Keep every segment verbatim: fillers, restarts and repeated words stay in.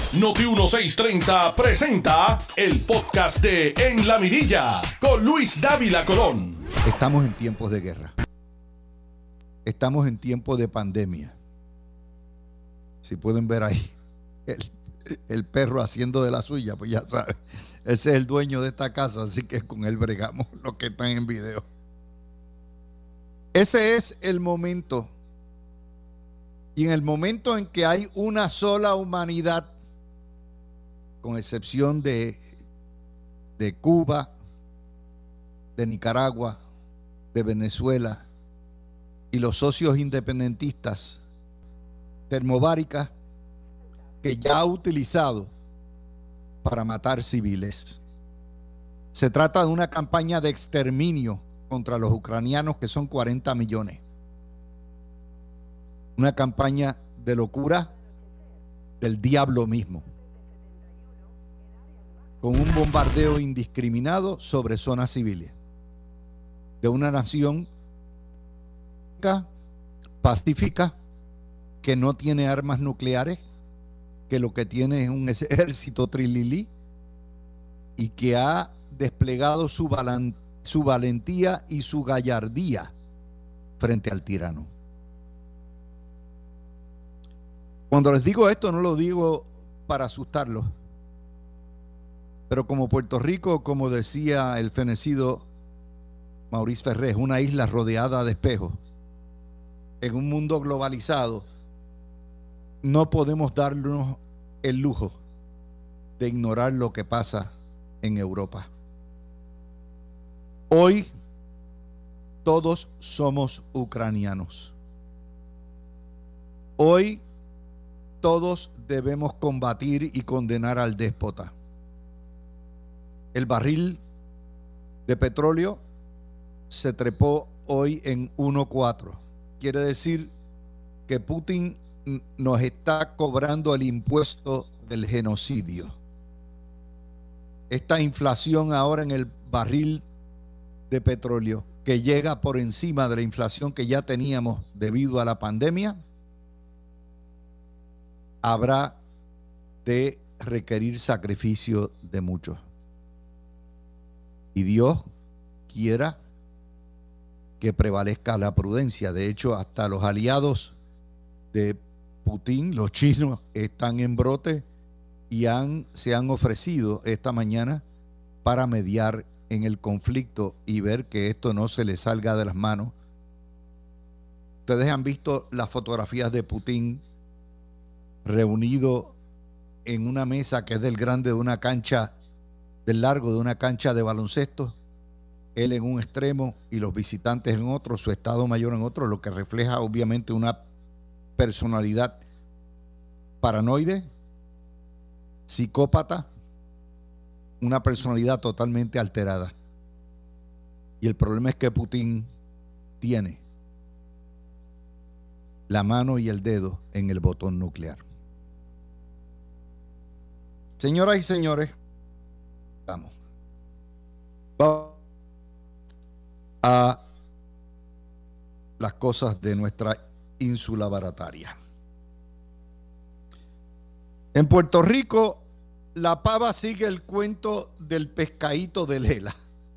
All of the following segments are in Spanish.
Noti dieciséis treinta presenta el podcast de En la Mirilla con Luis Dávila Colón. Estamos en tiempos de guerra. Estamos en tiempos de pandemia. Si pueden ver ahí el, el perro haciendo de la suya, pues ya saben, ese es el dueño de esta casa, así que con él bregamos los que están en video. Ese es el momento. Y en el momento en que hay una sola humanidad, con excepción de, de Cuba, de Nicaragua, de Venezuela y los socios independentistas, termobárica que ya ha utilizado para matar civiles. Se trata de una campaña de exterminio contra los ucranianos, que son cuarenta millones. Una campaña de locura del diablo mismo, con un bombardeo indiscriminado sobre zonas civiles de una nación pacífica que no tiene armas nucleares, que lo que tiene es un ejército trililí y que ha desplegado su, valan, su valentía y su gallardía frente al tirano. Cuando les digo esto, no lo digo para asustarlos, pero como Puerto Rico, como decía el fenecido Maurice Ferré, es una isla rodeada de espejos. En un mundo globalizado, no podemos darnos el lujo de ignorar lo que pasa en Europa. Hoy todos somos ucranianos. Hoy todos debemos combatir y condenar al déspota. El barril de petróleo se trepó hoy en uno cuatro. Quiere decir que Putin nos está cobrando el impuesto del genocidio. Esta inflación ahora en el barril de petróleo, que llega por encima de la inflación que ya teníamos debido a la pandemia, habrá de requerir sacrificio de muchos. Y Dios quiera que prevalezca la prudencia. De hecho, hasta los aliados de Putin, los chinos, están en brote y han, se han ofrecido esta mañana para mediar en el conflicto y ver que esto no se le salga de las manos. Ustedes han visto las fotografías de Putin reunido en una mesa que es del grande de una cancha, del largo de una cancha de baloncesto, él en un extremo y los visitantes en otro, su estado mayor en otro, lo que refleja obviamente una personalidad paranoide, psicópata, una personalidad totalmente alterada. Y el problema es que Putin tiene la mano y el dedo en el botón nuclear. Señoras y señores, vamos. Vamos a las cosas de nuestra ínsula barataria. En Puerto Rico, la pava sigue el cuento del pescadito de Lela.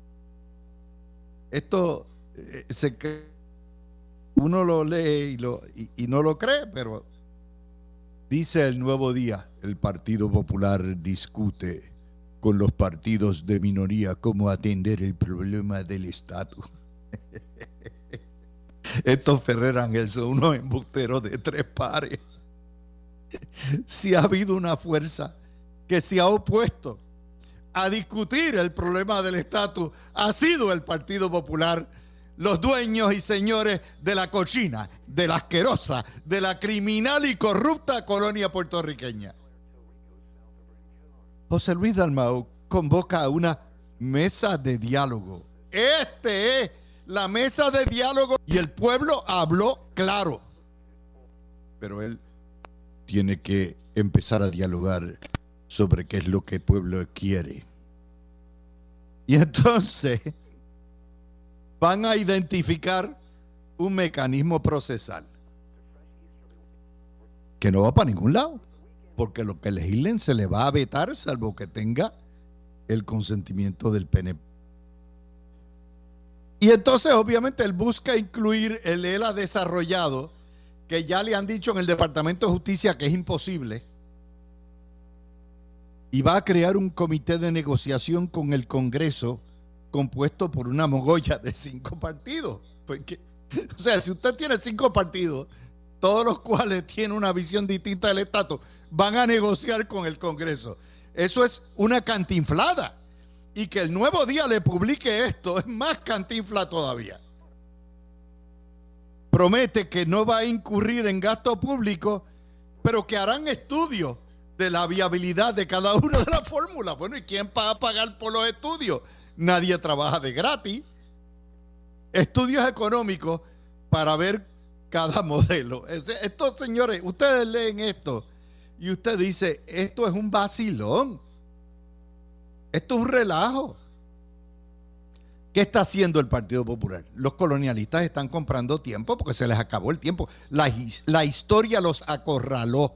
Esto eh, se cree, uno lo lee y, lo, y, y no lo cree, pero dice El Nuevo Día: el Partido Popular discute con los partidos de minoría cómo atender el problema del estatus. Estos Ferrer Ángel son unos embusteros de tres pares. Si ha habido una fuerza que se ha opuesto a discutir el problema del estatus, ha sido el Partido Popular, los dueños y señores de la cochina, de la asquerosa, de la criminal y corrupta colonia puertorriqueña. José Luis Dalmau convoca a una mesa de diálogo. Este es la mesa de diálogo y el pueblo habló claro. Pero él tiene que empezar a dialogar sobre qué es lo que el pueblo quiere. Y entonces van a identificar un mecanismo procesal que no va para ningún lado. porque lo que legislen se le va a vetar salvo que tenga el consentimiento del P N P. Y entonces obviamente él busca incluir, él, él ha desarrollado, que ya le han dicho en el Departamento de Justicia que es imposible, y va a crear un comité de negociación con el Congreso compuesto por una mogolla de cinco partidos. Porque, o sea, si usted tiene cinco partidos, todos los cuales tienen una visión distinta del estatus, van a negociar con el Congreso. Eso es una cantinflada. Y que el Nuevo Día le publique esto es más cantinfla todavía. Promete que no va a incurrir en gasto público, pero que harán estudios de la viabilidad de cada una de las fórmulas. Bueno, ¿y quién va a pagar por los estudios? Nadie trabaja de gratis. Estudios económicos para ver cada modelo. Estos señores, ustedes leen esto y usted dice, esto es un vacilón. Esto es un relajo. ¿Qué está haciendo el Partido Popular? Los colonialistas están comprando tiempo porque se les acabó el tiempo. La, la historia los acorraló.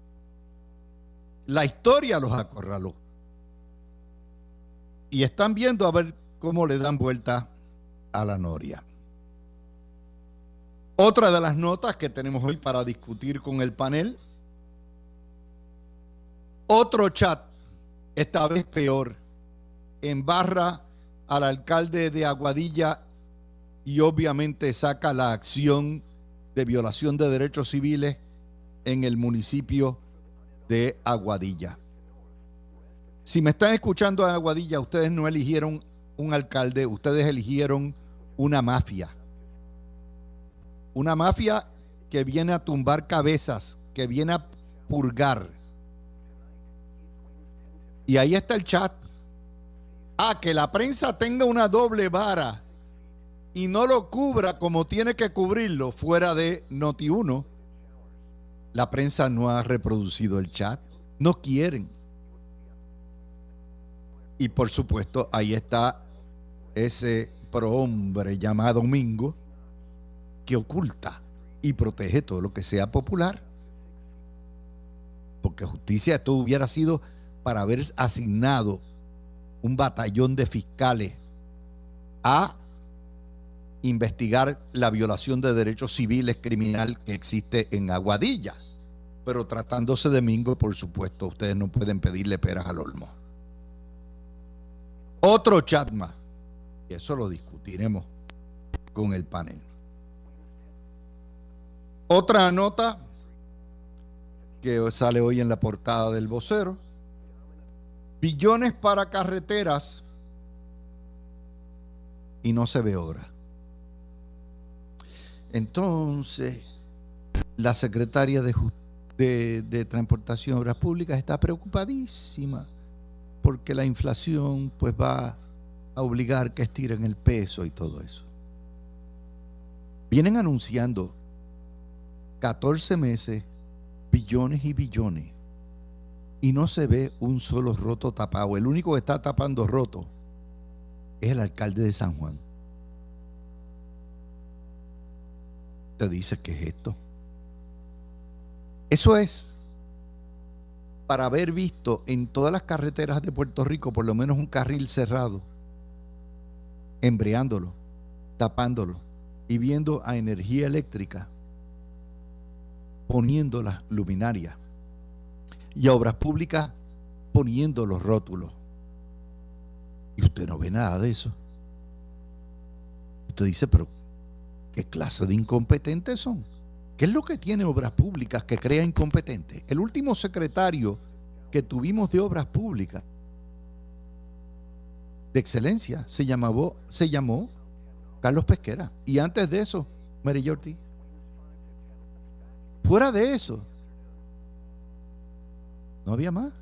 La historia los acorraló. Y están viendo a ver cómo le dan vuelta a la noria. Otra de las notas que tenemos hoy para discutir con el panel. Otro chat, esta vez peor, embarra al alcalde de Aguadilla y obviamente saca la acción de violación de derechos civiles en el municipio de Aguadilla. Si me están escuchando en Aguadilla, ustedes no eligieron un alcalde, ustedes eligieron una mafia. Una mafia que viene a tumbar cabezas, que viene a purgar. Y ahí está el chat. Ah, que la prensa tenga una doble vara y no lo cubra como tiene que cubrirlo fuera de Noti uno. La prensa no ha reproducido el chat. No quieren. Y por supuesto, ahí está ese prohombre llamado Domingo que oculta y protege todo lo que sea popular. Porque justicia, esto hubiera sido para haber asignado un batallón de fiscales a investigar la violación de derechos civiles criminal que existe en Aguadilla. Pero tratándose de Mingo, por supuesto, ustedes no pueden pedirle peras al olmo. Otro chat más, y eso lo discutiremos con el panel. Otra nota que sale hoy en la portada del Vocero: billones para carreteras y no se ve obra. Entonces, la secretaria de, de, de Transportación y Obras Públicas está preocupadísima porque la inflación pues va a obligar que estiren el peso y todo eso. Vienen anunciando catorce meses, billones y billones, y no se ve un solo roto tapado. El único que está tapando roto es el alcalde de San Juan. Te dice, ¿qué es esto? Eso es para haber visto en todas las carreteras de Puerto Rico por lo menos un carril cerrado, embreándolo, tapándolo y viendo a Energía Eléctrica poniendo las luminarias y a Obras Públicas poniendo los rótulos. Y usted no ve nada de eso. Usted dice, pero ¿qué clase de incompetentes son? ¿Qué es lo que tiene Obras Públicas que crea incompetentes? El último secretario que tuvimos de Obras Públicas de excelencia se llamó, se llamó Carlos Pesquera. Y antes de eso, Mary Ortiz. Fuera de eso, no había más.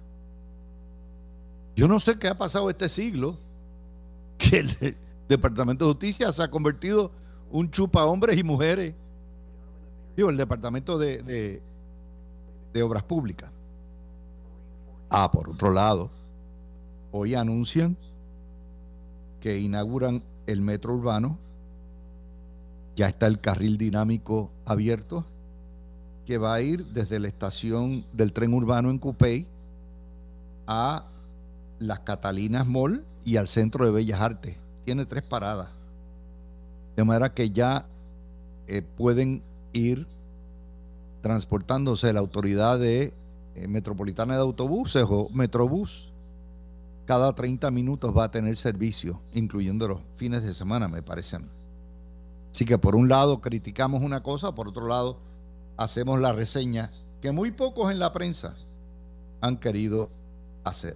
Yo no sé qué ha pasado este siglo, que el Departamento de Justicia se ha convertido un chupa hombres y mujeres. Digo, el Departamento de, de, de Obras Públicas. Ah, por otro lado, hoy anuncian que inauguran el metro urbano. Ya está el carril dinámico abierto. que va a ir desde la estación del tren urbano en Cupey a las Catalinas Mall y al Centro de Bellas Artes. Tiene tres paradas. De manera que ya eh, pueden ir transportándose la autoridad de eh, metropolitana de autobuses o Metrobús. Cada treinta minutos va a tener servicio, incluyendo los fines de semana, me parece a mí. Así que por un lado criticamos una cosa, por otro lado hacemos la reseña que muy pocos en la prensa han querido hacer.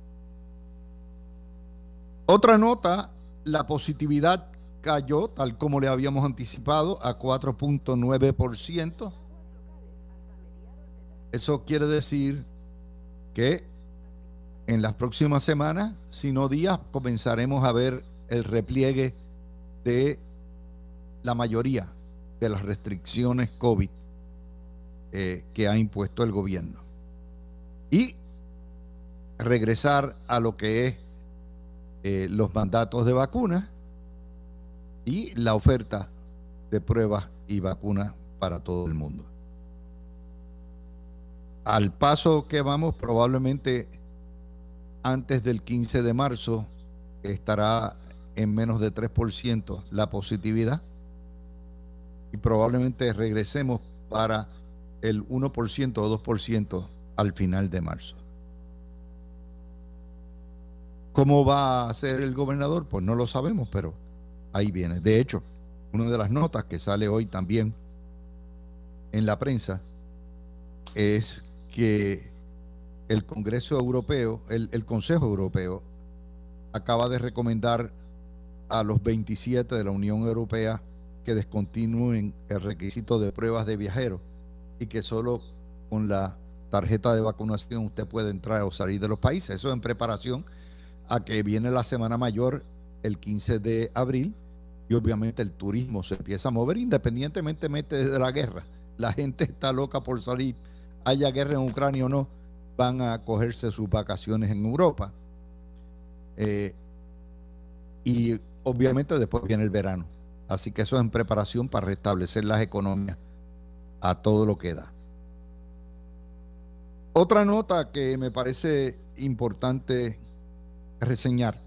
Otra nota, la positividad cayó, tal como le habíamos anticipado, a cuatro punto nueve por ciento. Eso quiere decir que en las próximas semanas, si no días, comenzaremos a ver el repliegue de la mayoría de las restricciones COVID eh, que ha impuesto el gobierno. Y regresar a lo que es eh, los mandatos de vacunas y la oferta de pruebas y vacunas para todo el mundo. Al paso que vamos, probablemente antes del quince de marzo estará en menos de tres por ciento la positividad y probablemente regresemos para el uno por ciento o dos por ciento al final de marzo. ¿Cómo va a ser el gobernador? Pues no lo sabemos, pero ahí viene. De hecho, una de las notas que sale hoy también en la prensa es que el Congreso Europeo, el, el Consejo Europeo, acaba de recomendar a los veintisiete de la Unión Europea que descontinúen el requisito de pruebas de viajeros y que solo con la tarjeta de vacunación usted puede entrar o salir de los países. Eso en preparación a que viene la Semana Mayor el quince de abril y obviamente el turismo se empieza a mover independientemente de la guerra. La gente está loca por salir, haya guerra en Ucrania o no, van a cogerse sus vacaciones en Europa. Eh, y obviamente después viene el verano. Así que eso es en preparación para restablecer las economías a todo lo que da. Otra nota que me parece importante reseñar.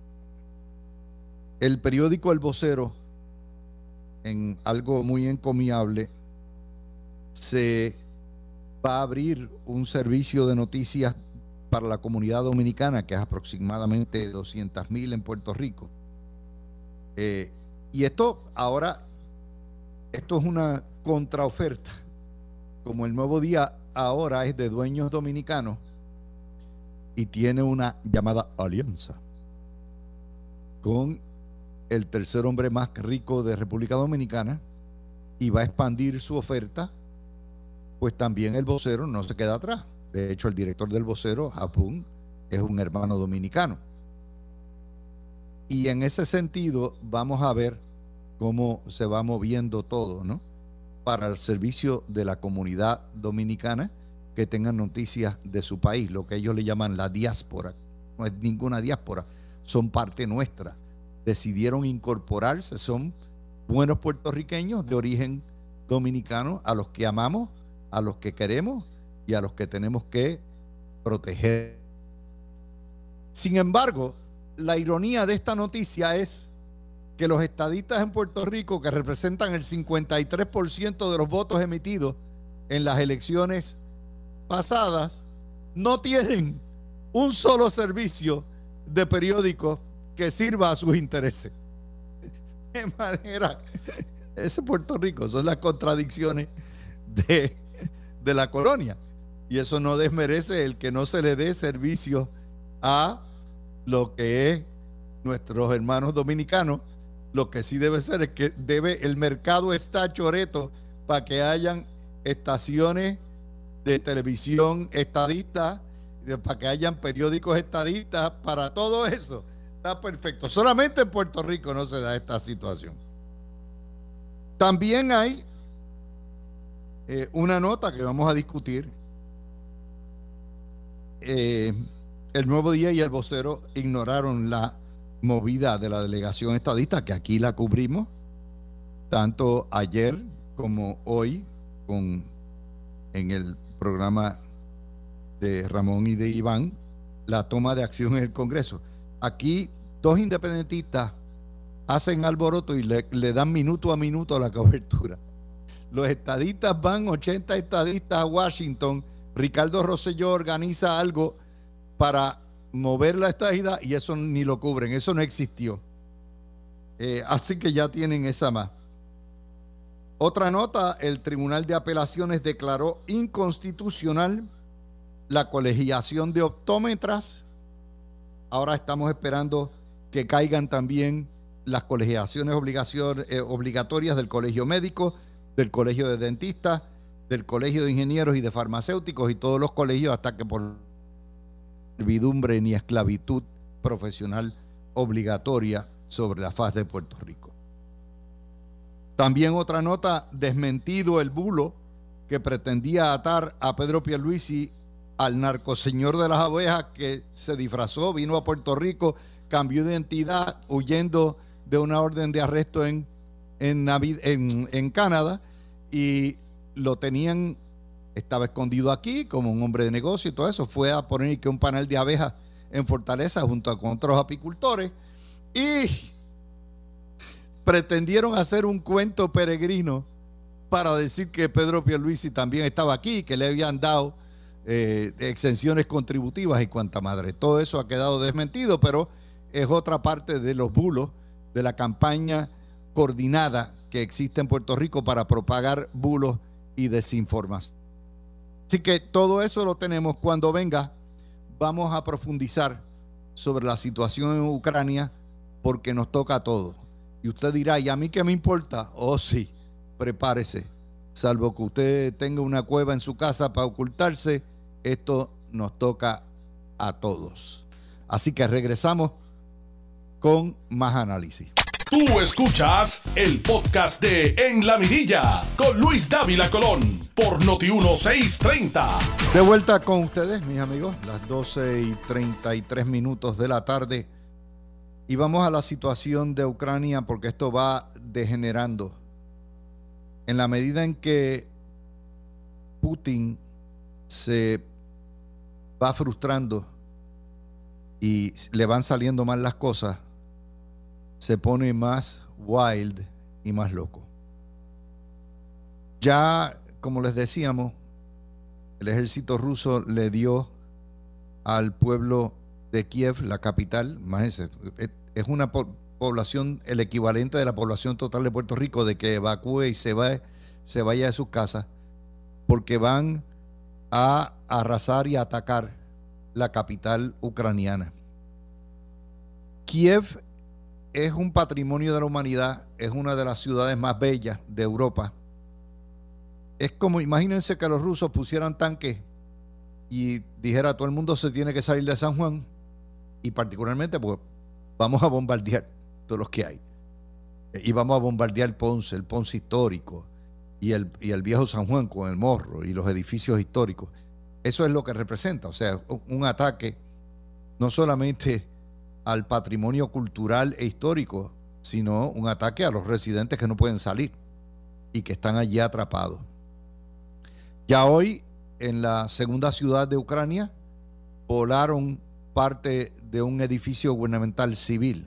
El periódico El Vocero, en algo muy encomiable, se va a abrir un servicio de noticias para la comunidad dominicana, que es aproximadamente doscientas mil en Puerto Rico. Eh, y esto ahora, esto es una contraoferta. Como El Nuevo Día ahora es de dueños dominicanos y tiene una llamada alianza con el tercer hombre más rico de República Dominicana y va a expandir su oferta, pues también El Vocero no se queda atrás. De hecho, el director del Vocero, Japón, es un hermano dominicano. Y en ese sentido vamos a ver cómo se va moviendo todo, ¿no? Para el servicio de la comunidad dominicana que tengan noticias de su país, lo que ellos le llaman la diáspora. No es ninguna diáspora, son parte nuestra. Decidieron incorporarse, son buenos puertorriqueños de origen dominicano a los que amamos, a los que queremos y a los que tenemos que proteger. Sin embargo, la ironía de esta noticia es que los estadistas en Puerto Rico, que representan el cincuenta y tres por ciento de los votos emitidos en las elecciones pasadas, no tienen un solo servicio de periódico que sirva a sus intereses. De manera, ese Puerto Rico son las contradicciones de, de la colonia. Y eso no desmerece el que no se le dé servicio a lo que es nuestros hermanos dominicanos. Lo que sí debe ser es que debe, el mercado está choreto para que hayan estaciones de televisión estadistas, para que hayan periódicos estadistas, para todo eso. Está perfecto. Solamente en Puerto Rico no se da esta situación. También hay eh, una nota que vamos a discutir. Eh, el Nuevo Día y El Vocero ignoraron la movida de la delegación estadista, que aquí la cubrimos tanto ayer como hoy con en el programa de Ramón y de Iván, la toma de acción en el Congreso. Aquí dos independentistas hacen alboroto y le, le dan minuto a minuto a la cobertura. Los estadistas van, ochenta estadistas a Washington. Ricardo Rosselló organiza algo para mover la estadidad y eso ni lo cubren, eso no existió. Eh, así que ya tienen esa más. Otra nota, el Tribunal de Apelaciones declaró inconstitucional la colegiación de optómetras. Ahora estamos esperando que caigan también las colegiaciones eh, obligatorias del Colegio Médico, del Colegio de Dentistas, del Colegio de Ingenieros y de Farmacéuticos y todos los colegios hasta que por servidumbre ni esclavitud profesional obligatoria sobre la faz de Puerto Rico. También otra nota, desmentido el bulo que pretendía atar a Pedro Pierluisi al narcoseñor de las abejas, que se disfrazó, vino a Puerto Rico, cambió de identidad huyendo de una orden de arresto en, en, en, en Canadá, y lo tenían, estaba escondido aquí como un hombre de negocio y todo eso. Fue a poner que un panel de abejas en Fortaleza junto con otros apicultores y pretendieron hacer un cuento peregrino para decir que Pedro Pierluisi también estaba aquí, que le habían dado eh, exenciones contributivas y cuanta madre. Todo eso ha quedado desmentido, pero es otra parte de los bulos de la campaña coordinada que existe en Puerto Rico para propagar bulos y desinformación. Así que todo eso lo tenemos. Cuando venga, vamos a profundizar sobre la situación en Ucrania, porque nos toca a todos. Y usted dirá, ¿y a mí qué me importa? Oh, sí, prepárese. Salvo que usted tenga una cueva en su casa para ocultarse, esto nos toca a todos. Así que regresamos con más análisis. Tú escuchas el podcast de En la Mirilla con Luis Dávila Colón por Noti uno seiscientos treinta. De vuelta con ustedes, mis amigos, las doce y treinta y tres minutos de la tarde. Y vamos a la situación de Ucrania, porque esto va degenerando. En la medida en que Putin se va frustrando y le van saliendo mal las cosas, se pone más wild y más loco. Ya, como les decíamos, el ejército ruso le dio al pueblo de Kiev, la capital, imagínense, es una po- población, el equivalente de la población total de Puerto Rico, de que evacúe y se, va, se vaya de sus casas, porque van a arrasar y a atacar la capital ucraniana. Kiev es un patrimonio de la humanidad, es una de las ciudades más bellas de Europa. Es como, imagínense que los rusos pusieran tanques y dijera todo el mundo se tiene que salir de San Juan, y particularmente pues vamos a bombardear todos los que hay. Y vamos a bombardear Ponce, el Ponce histórico y el, y el viejo San Juan con el Morro y los edificios históricos. Eso es lo que representa, o sea, un ataque no solamente al patrimonio cultural e histórico, sino un ataque a los residentes que no pueden salir y que están allí atrapados. Ya hoy, en la segunda ciudad de Ucrania, volaron parte de un edificio gubernamental civil.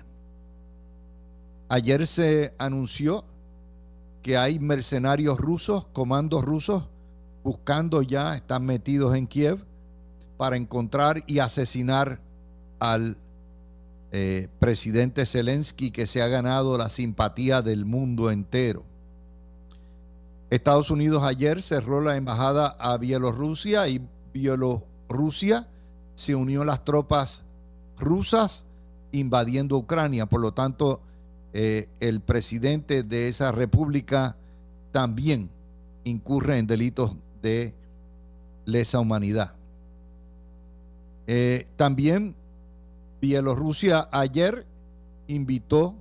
Ayer se anunció que hay mercenarios rusos, comandos rusos, buscando ya, están metidos en Kiev para encontrar y asesinar al Eh, presidente Zelensky, que se ha ganado la simpatía del mundo entero. Estados Unidos ayer cerró la embajada a Bielorrusia y Bielorrusia se unió a las tropas rusas invadiendo Ucrania. Por lo tanto, eh, el presidente de esa república también incurre en delitos de lesa humanidad. Eh, también Bielorrusia ayer invitó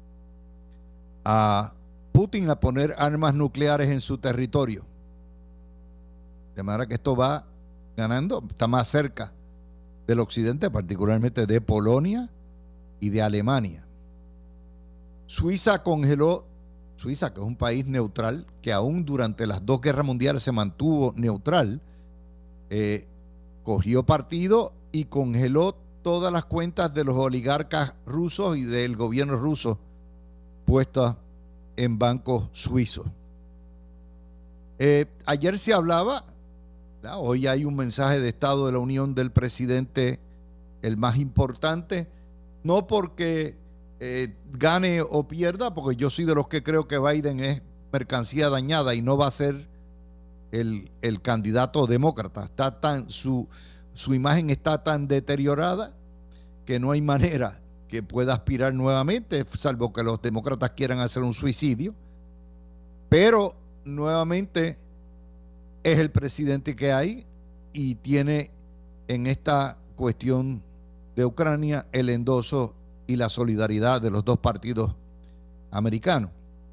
a Putin a poner armas nucleares en su territorio. De manera que esto va ganando, está más cerca del occidente, particularmente de Polonia y de Alemania. Suiza congeló Suiza, que es un país neutral, que aún durante las dos guerras mundiales se mantuvo neutral, eh, cogió partido y congeló todas las cuentas de los oligarcas rusos y del gobierno ruso puestas en bancos suizos. Eh, ayer se hablaba, ¿no? Hoy hay un mensaje de Estado de la Unión del presidente, el más importante, no porque eh, gane o pierda, porque yo soy de los que creo que Biden es mercancía dañada y no va a ser el, el candidato demócrata. Está tan, su, su imagen está tan deteriorada que no hay manera que pueda aspirar nuevamente, salvo que los demócratas quieran hacer un suicidio. Pero nuevamente es el presidente que hay y tiene en esta cuestión de Ucrania el endoso y la solidaridad de los dos partidos americanos.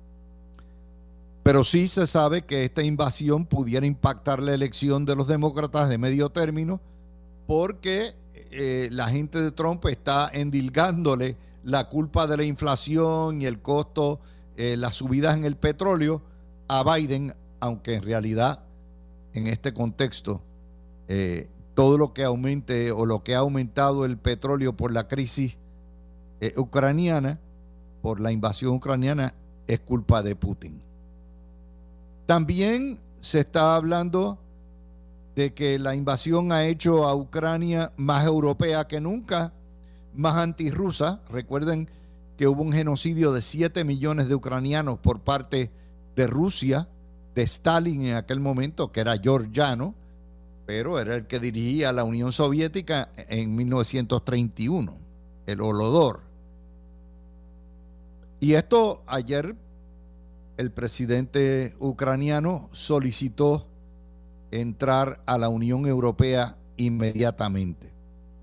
Pero sí se sabe que esta invasión pudiera impactar la elección de los demócratas de medio término, porque eh, la gente de Trump está endilgándole la culpa de la inflación y el costo, eh, las subidas en el petróleo a Biden, aunque en realidad en este contexto eh, todo lo que aumente o lo que ha aumentado el petróleo por la crisis eh, ucraniana, por la invasión ucraniana, es culpa de Putin. También se está hablando de que la invasión ha hecho a Ucrania más europea que nunca, más antirrusa. Recuerden que hubo un genocidio de siete millones de ucranianos por parte de Rusia, de Stalin en aquel momento, que era georgiano, pero era el que dirigía la Unión Soviética en mil novecientos treinta y uno, el Holodor. Y esto ayer el presidente ucraniano solicitó entrar a la Unión Europea inmediatamente.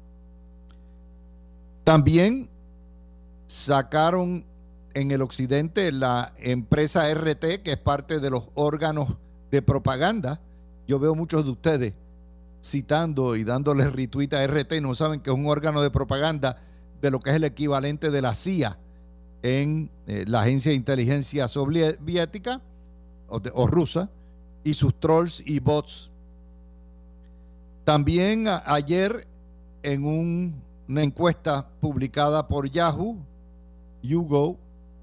También sacaron en el occidente la empresa R T, que es parte de los órganos de propaganda. Yo veo muchos de ustedes citando y dándoles retweet a R T, no saben que es un órgano de propaganda de lo que es el equivalente de la C I A en eh, la agencia de inteligencia soviética o, de, o rusa, y sus trolls y bots. También a, ayer en un, una encuesta publicada por Yahoo, YouGo,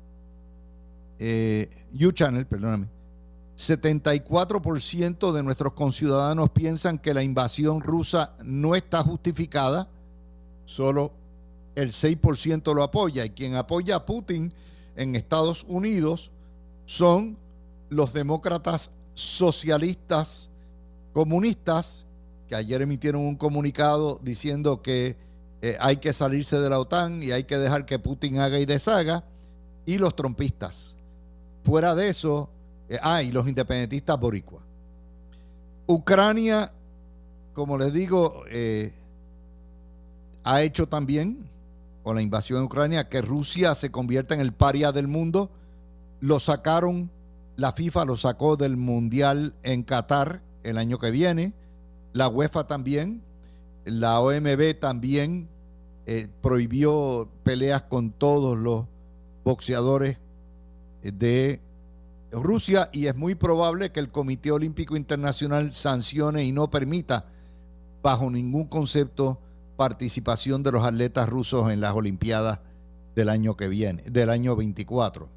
eh, YouChannel, perdóname, setenta y cuatro por ciento de nuestros conciudadanos piensan que la invasión rusa no está justificada, solo el seis por ciento lo apoya, y quien apoya a Putin en Estados Unidos son los demócratas socialistas comunistas, que ayer emitieron un comunicado diciendo que eh, hay que salirse de la OTAN y hay que dejar que Putin haga y deshaga, y los trumpistas. Fuera de eso, eh, ah, y los independentistas boricuas. Ucrania, como les digo, eh, ha hecho también, con la invasión de Ucrania, que Rusia se convierta en el paria del mundo. Lo sacaron, la FIFA lo sacó del Mundial en Qatar el año que viene, la UEFA también, la O M B también eh, prohibió peleas con todos los boxeadores de Rusia, y es muy probable que el Comité Olímpico Internacional sancione y no permita bajo ningún concepto participación de los atletas rusos en las Olimpiadas del año que viene, del año veinticuatro.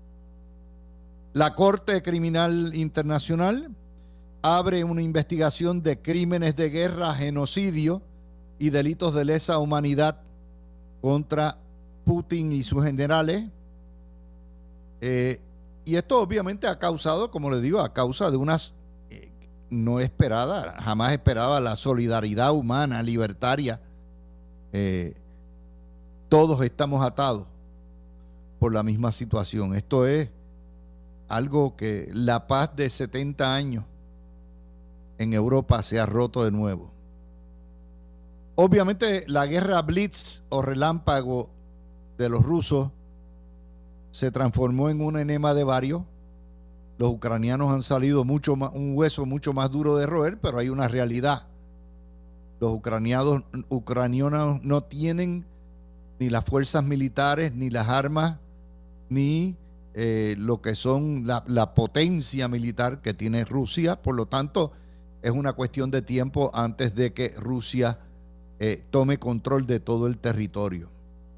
La Corte Criminal Internacional abre una investigación de crímenes de guerra, genocidio y delitos de lesa humanidad contra Putin y sus generales. Eh, y esto obviamente ha causado, como les digo, a causa de unas eh, no esperada, jamás esperaba la solidaridad humana, libertaria. Eh, todos estamos atados por la misma situación. Esto es algo que la paz de setenta años en Europa se ha roto de nuevo. Obviamente la guerra blitz o relámpago de los rusos se transformó en un enema de varios. Los ucranianos han salido mucho más, un hueso mucho más duro de roer, pero hay una realidad. Los ucranianos, ucranianos no tienen ni las fuerzas militares, ni las armas, ni eh, lo que son la, la potencia militar que tiene Rusia. Por lo tanto, es una cuestión de tiempo antes de que Rusia eh, tome control de todo el territorio.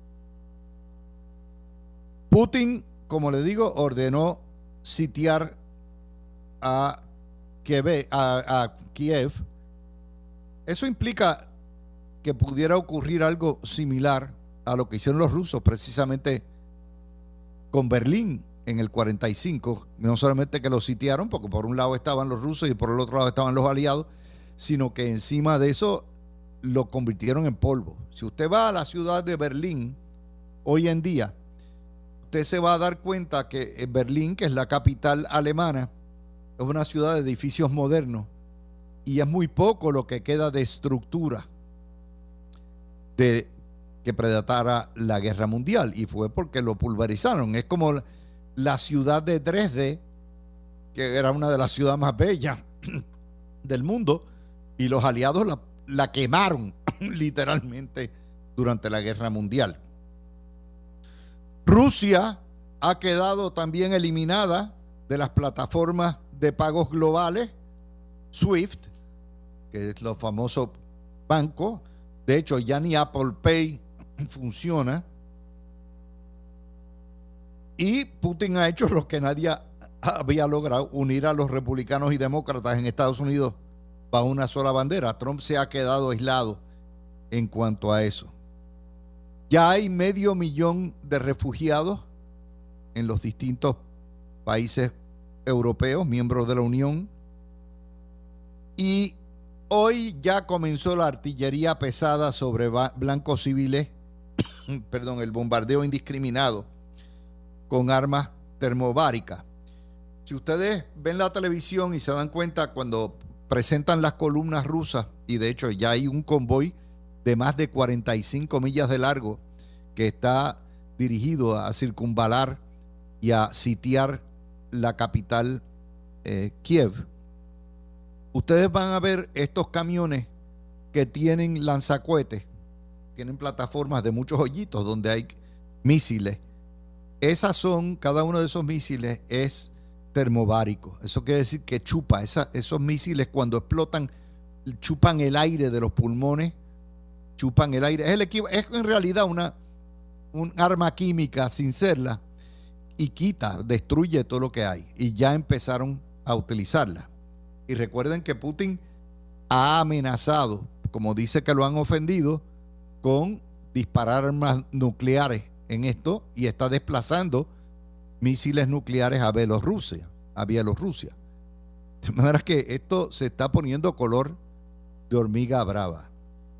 Putin, como le digo, ordenó sitiar a Kiev, a, a Kiev. Eso implica que pudiera ocurrir algo similar a lo que hicieron los rusos precisamente con Berlín en el cuarenta y cinco. No solamente que lo sitiaron, porque por un lado estaban los rusos y por el otro lado estaban los aliados, sino que encima de eso lo convirtieron en polvo. Si usted va a la ciudad de Berlín hoy en día, usted se va a dar cuenta que Berlín, que es la capital alemana, es una ciudad de edificios modernos y es muy poco lo que queda de estructura de que predatara la guerra mundial, y fue porque lo pulverizaron. Es como la ciudad de Dresde, que era una de las ciudades más bellas del mundo, y los aliados la, la quemaron literalmente durante la guerra mundial. Rusia ha quedado también eliminada de las plataformas de pagos globales SWIFT, que es los famosos bancos. De hecho, ya ni Apple Pay funciona. Y Putin ha hecho lo que nadie había logrado, unir a los republicanos y demócratas en Estados Unidos bajo una sola bandera. Trump se ha quedado aislado en cuanto a eso. Ya hay medio millón de refugiados en los distintos países europeos, miembros de la Unión. Y hoy ya comenzó la artillería pesada sobre blancos civiles, perdón, el bombardeo indiscriminado con armas termobáricas. Si ustedes ven la televisión y se dan cuenta cuando presentan las columnas rusas, y de hecho ya hay un convoy de más de cuarenta y cinco millas de largo que está dirigido a circunvalar y a sitiar la capital eh, Kiev. Ustedes van a ver estos camiones que tienen lanzacohetes, tienen plataformas de muchos hoyitos donde hay misiles. Esas son, cada uno de esos misiles es termobárico. Eso quiere decir que chupa, esa, esos misiles cuando explotan, chupan el aire de los pulmones, chupan el aire. Es, el equipo, es en realidad una un arma química sin serla, y quita, destruye todo lo que hay. Y ya empezaron a utilizarla. Y recuerden que Putin ha amenazado, como dice que lo han ofendido, con disparar armas nucleares en esto, y está desplazando misiles nucleares a Bielorrusia, a Bielorrusia. De manera que esto se está poniendo color de hormiga brava.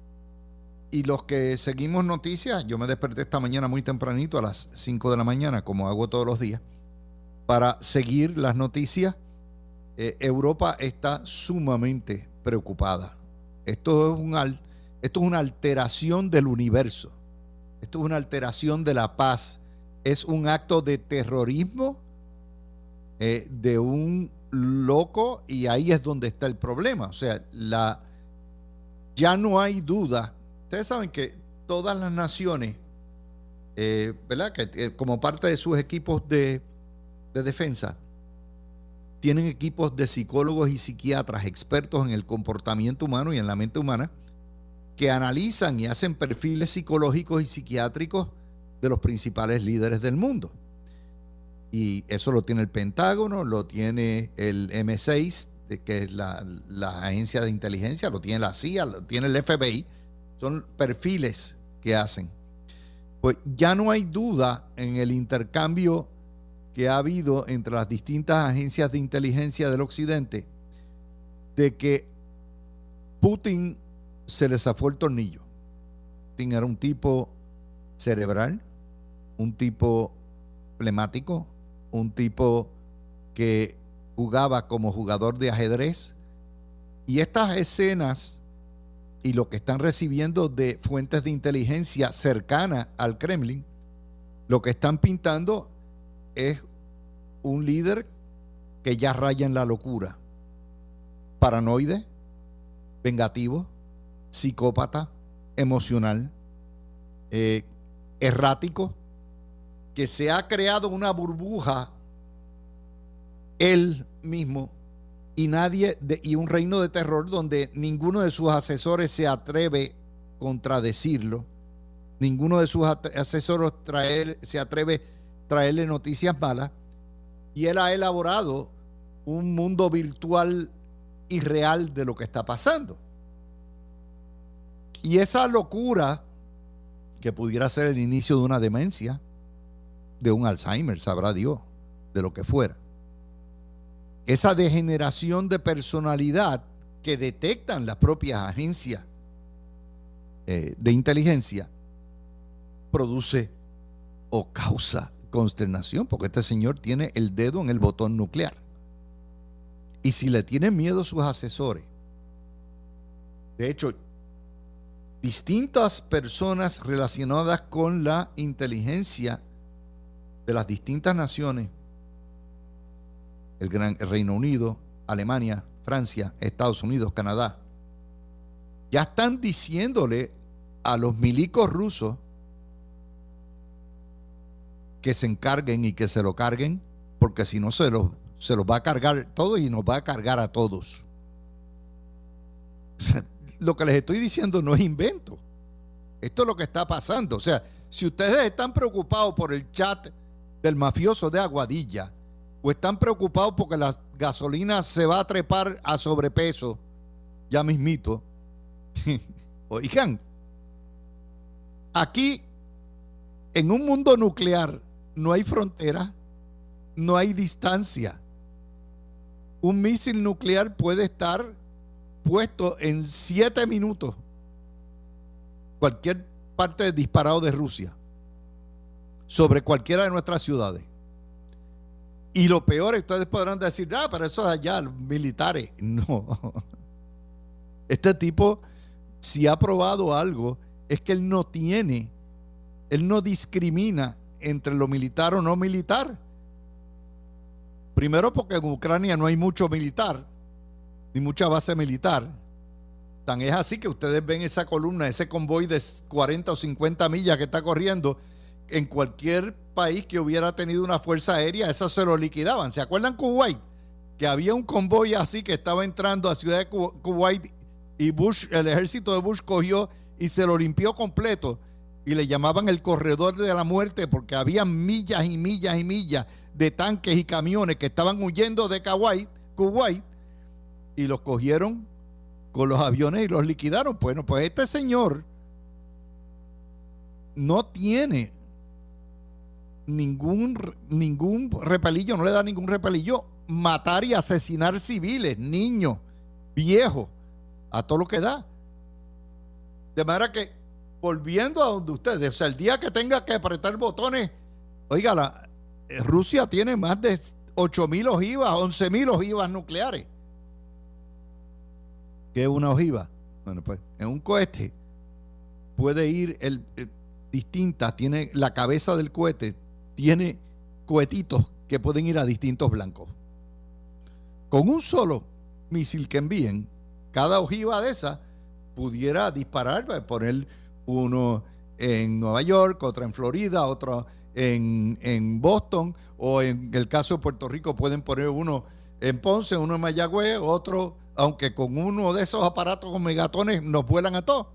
Y los que seguimos noticias, yo me desperté esta mañana muy tempranito a las cinco de la mañana, como hago todos los días, para seguir las noticias. Eh, Europa está sumamente preocupada. Esto es, un, esto es una alteración del universo. Esto es una alteración de la paz. Es un acto de terrorismo eh, de un loco, y ahí es donde está el problema. O sea, la, ya no hay duda. Ustedes saben que todas las naciones, eh, ¿verdad? Que eh, como parte de sus equipos de, de defensa, tienen equipos de psicólogos y psiquiatras expertos en el comportamiento humano y en la mente humana, que analizan y hacen perfiles psicológicos y psiquiátricos de los principales líderes del mundo. Y eso lo tiene el Pentágono, lo tiene el eme seis, que es la, la agencia de inteligencia, lo tiene la C I A, lo tiene el efe be i. Son perfiles que hacen. Pues ya no hay duda en el intercambio que ha habido entre las distintas agencias de inteligencia del occidente de que Putin se le zafó el tornillo. Putin era un tipo cerebral, un tipo flemático, un tipo que jugaba como jugador de ajedrez, y estas escenas y lo que están recibiendo de fuentes de inteligencia cercanas al Kremlin, lo que están pintando es un líder que ya raya en la locura, paranoide, vengativo, psicópata, emocional, eh, errático, que se ha creado una burbuja él mismo y nadie de, y un reino de terror donde ninguno de sus asesores se atreve a contradecirlo, ninguno de sus asesores traer, se atreve a traerle noticias malas, y él ha elaborado un mundo virtual irreal de lo que está pasando. Y esa locura, que pudiera ser el inicio de una demencia, de un Alzheimer, sabrá Dios, de lo que fuera. Esa degeneración de personalidad que detectan las propias agencias eh, de inteligencia, produce o causa consternación, porque este señor tiene el dedo en el botón nuclear. Y si le tienen miedo sus asesores, de hecho, distintas personas relacionadas con la inteligencia de las distintas naciones, el, Gran, el Reino Unido, Alemania, Francia, Estados Unidos, Canadá, ya están diciéndole a los milicos rusos que se encarguen y que se lo carguen, porque si no se los se los va a cargar todo y nos va a cargar a todos. O sea, lo que les estoy diciendo no es invento. Esto es lo que está pasando. O sea, si ustedes están preocupados por el chat del mafioso de Aguadilla, o están preocupados porque la gasolina se va a trepar a sobrepeso, ya mismito, oigan, aquí en un mundo nuclear no hay frontera, no hay distancia. Un misil nuclear puede estar puesto en siete minutos cualquier parte disparado de Rusia sobre cualquiera de nuestras ciudades. Y lo peor es que ustedes podrán decir, ah, pero eso es allá, los militares. No. Este tipo, si ha probado algo, es que él no tiene, él no discrimina entre lo militar o no militar. Primero porque en Ucrania no hay mucho militar, ni mucha base militar. Tan es así que ustedes ven esa columna, ese convoy de cuarenta o cincuenta millas que está corriendo. En cualquier país que hubiera tenido una fuerza aérea, eso se lo liquidaban. ¿Se acuerdan Kuwait? Que había un convoy así que estaba entrando a ciudad de Kuwait y Bush, el ejército de Bush cogió y se lo limpió completo y le llamaban el corredor de la muerte porque había millas y millas y millas de tanques y camiones que estaban huyendo de Kuwait, Kuwait y los cogieron con los aviones y los liquidaron. Bueno, pues este señor no tiene ningún, ningún repelillo, no le da ningún repelillo. Matar y asesinar civiles, niños, viejos, a todo lo que da. De manera que, volviendo a donde ustedes, o sea, el día que tenga que apretar botones, oiga, la, Rusia tiene más de ocho mil ojivas, once mil ojivas nucleares. ¿Qué es una ojiva? Bueno, pues en un cohete puede ir el, el, distinta, tiene la cabeza del cohete, tiene cohetitos que pueden ir a distintos blancos. Con un solo misil que envíen, cada ojiva de esa pudiera disparar, poner uno en Nueva York, otro en Florida, otro en, en Boston, o en el caso de Puerto Rico pueden poner uno en Ponce, uno en Mayagüez, otro, aunque con uno de esos aparatos con megatones nos vuelan a todos.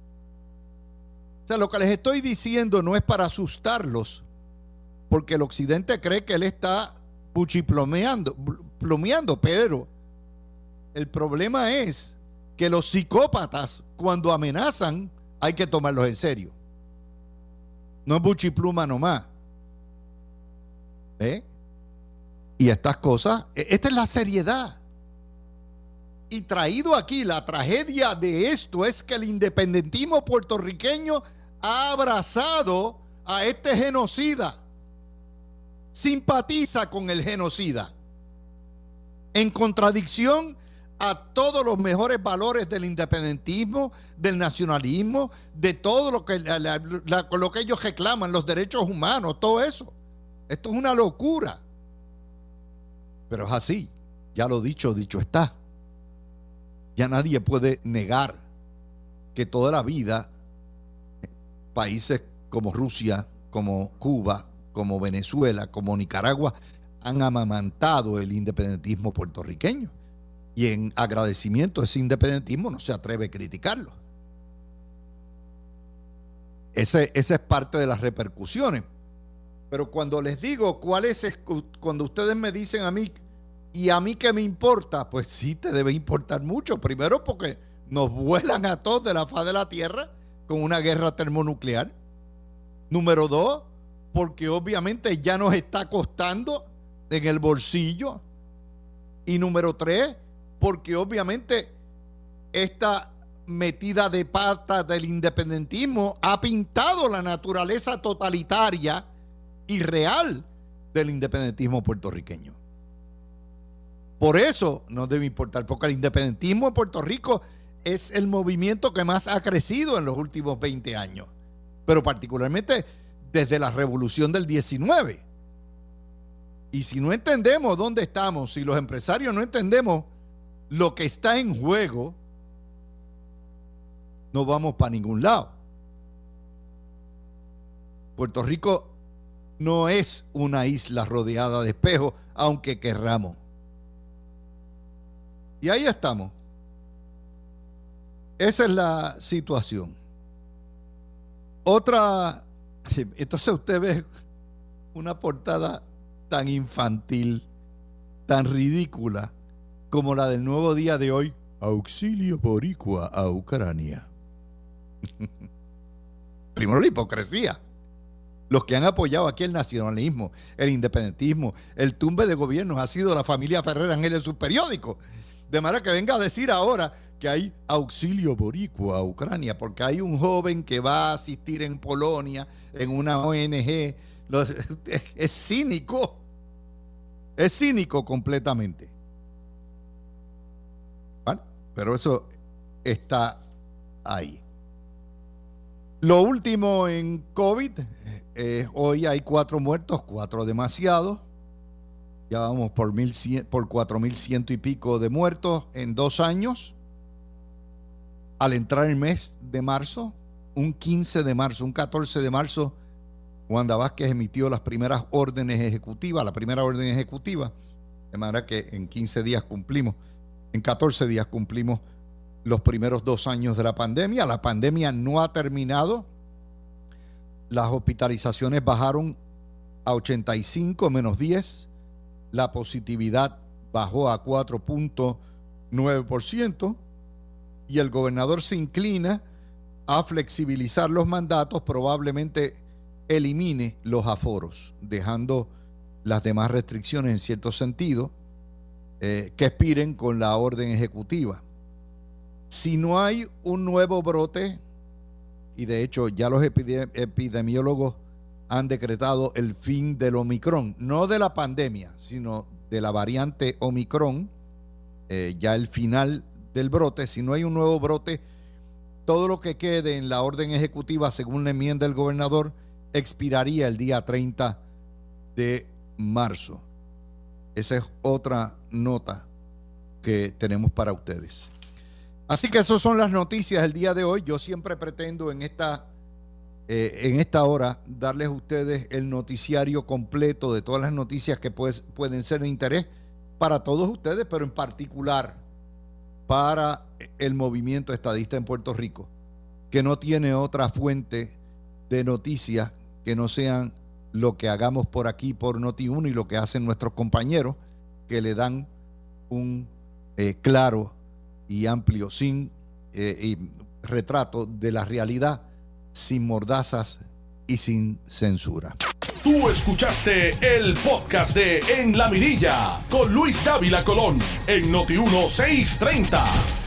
O sea, lo que les estoy diciendo no es para asustarlos, porque el occidente cree que él está buchiplomeando, plomeando, pero el problema es que los psicópatas, cuando amenazan, hay que tomarlos en serio. No es buchipluma nomás. ¿Eh? Y estas cosas, esta es la seriedad. Y traído aquí, la tragedia de esto es que el independentismo puertorriqueño ha abrazado a este genocida, simpatiza con el genocida, en contradicción a todos los mejores valores del independentismo, del nacionalismo, de todo lo que, la, la, la, lo que ellos reclaman, los derechos humanos, todo eso. Esto es una locura. Pero es así, ya lo dicho, dicho está. Ya nadie puede negar que toda la vida países como Rusia, como Cuba, como Venezuela, como Nicaragua, han amamantado el independentismo puertorriqueño. Y en agradecimiento a ese independentismo no se atreve a criticarlo. Ese, esa es parte de las repercusiones. Pero cuando les digo cuál es, cuando ustedes me dicen a mí, ¿y a mí qué me importa? Pues sí te debe importar mucho. Primero porque nos vuelan a todos de la faz de la tierra con una guerra termonuclear. Número dos, porque obviamente ya nos está costando en el bolsillo. Y número tres, porque obviamente esta metida de pata del independentismo ha pintado la naturaleza totalitaria y real del independentismo puertorriqueño. Por eso nos debe importar, porque el independentismo en Puerto Rico es el movimiento que más ha crecido en los últimos veinte años, pero particularmente desde la revolución del diecinueve. Y si no entendemos dónde estamos, si los empresarios no entendemos lo que está en juego, no vamos para ningún lado. Puerto Rico no es una isla rodeada de espejos, aunque querramos. Y ahí estamos. Esa es la situación. Otra, entonces usted ve una portada tan infantil, tan ridícula, como la del Nuevo Día de hoy. Auxilio boricua a Ucrania. Primero la hipocresía. Los que han apoyado aquí el nacionalismo, el independentismo, el tumbe de gobiernos ha sido la familia Ferrer Ángel en sus periódicos. De manera que venga a decir ahora que hay auxilio boricua a Ucrania, porque hay un joven que va a asistir en Polonia, en una O N G. Los, es, es cínico. Es cínico completamente. Bueno, pero eso está ahí. Lo último en COVID, eh, hoy hay cuatro muertos, cuatro demasiados. Ya vamos por, mil cien, por cuatro mil ciento y pico de muertos en dos años. Al entrar el mes de marzo, un quince de marzo, un catorce de marzo, Wanda Vázquez emitió las primeras órdenes ejecutivas, la primera orden ejecutiva, de manera que en quince días cumplimos, en catorce días cumplimos los primeros dos años de la pandemia. La pandemia no ha terminado. Las hospitalizaciones bajaron a ochenta y cinco menos diez. La positividad bajó a cuatro punto nueve por ciento. Y el gobernador se inclina a flexibilizar los mandatos, probablemente elimine los aforos, dejando las demás restricciones en cierto sentido eh, que expiren con la orden ejecutiva. Si no hay un nuevo brote, y de hecho ya los epidemiólogos han decretado el fin del Omicron, no de la pandemia, sino de la variante Omicron, eh, ya el final del brote. Si no hay un nuevo brote, todo lo que quede en la orden ejecutiva, según la enmienda del gobernador, expiraría el día treinta de marzo. Esa es otra nota que tenemos para ustedes. Así que esas son las noticias del día de hoy. Yo siempre pretendo en esta, eh, en esta hora darles a ustedes el noticiario completo de todas las noticias que pues, pueden ser de interés para todos ustedes, pero en particular para el movimiento estadista en Puerto Rico, que no tiene otra fuente de noticias que no sean lo que hagamos por aquí por Noti uno y lo que hacen nuestros compañeros, que le dan un eh, claro y amplio sin eh, y retrato de la realidad, sin mordazas y sin censura. Tú escuchaste el podcast de En la Mirilla con Luis Dávila Colón en Noti uno seiscientos treinta.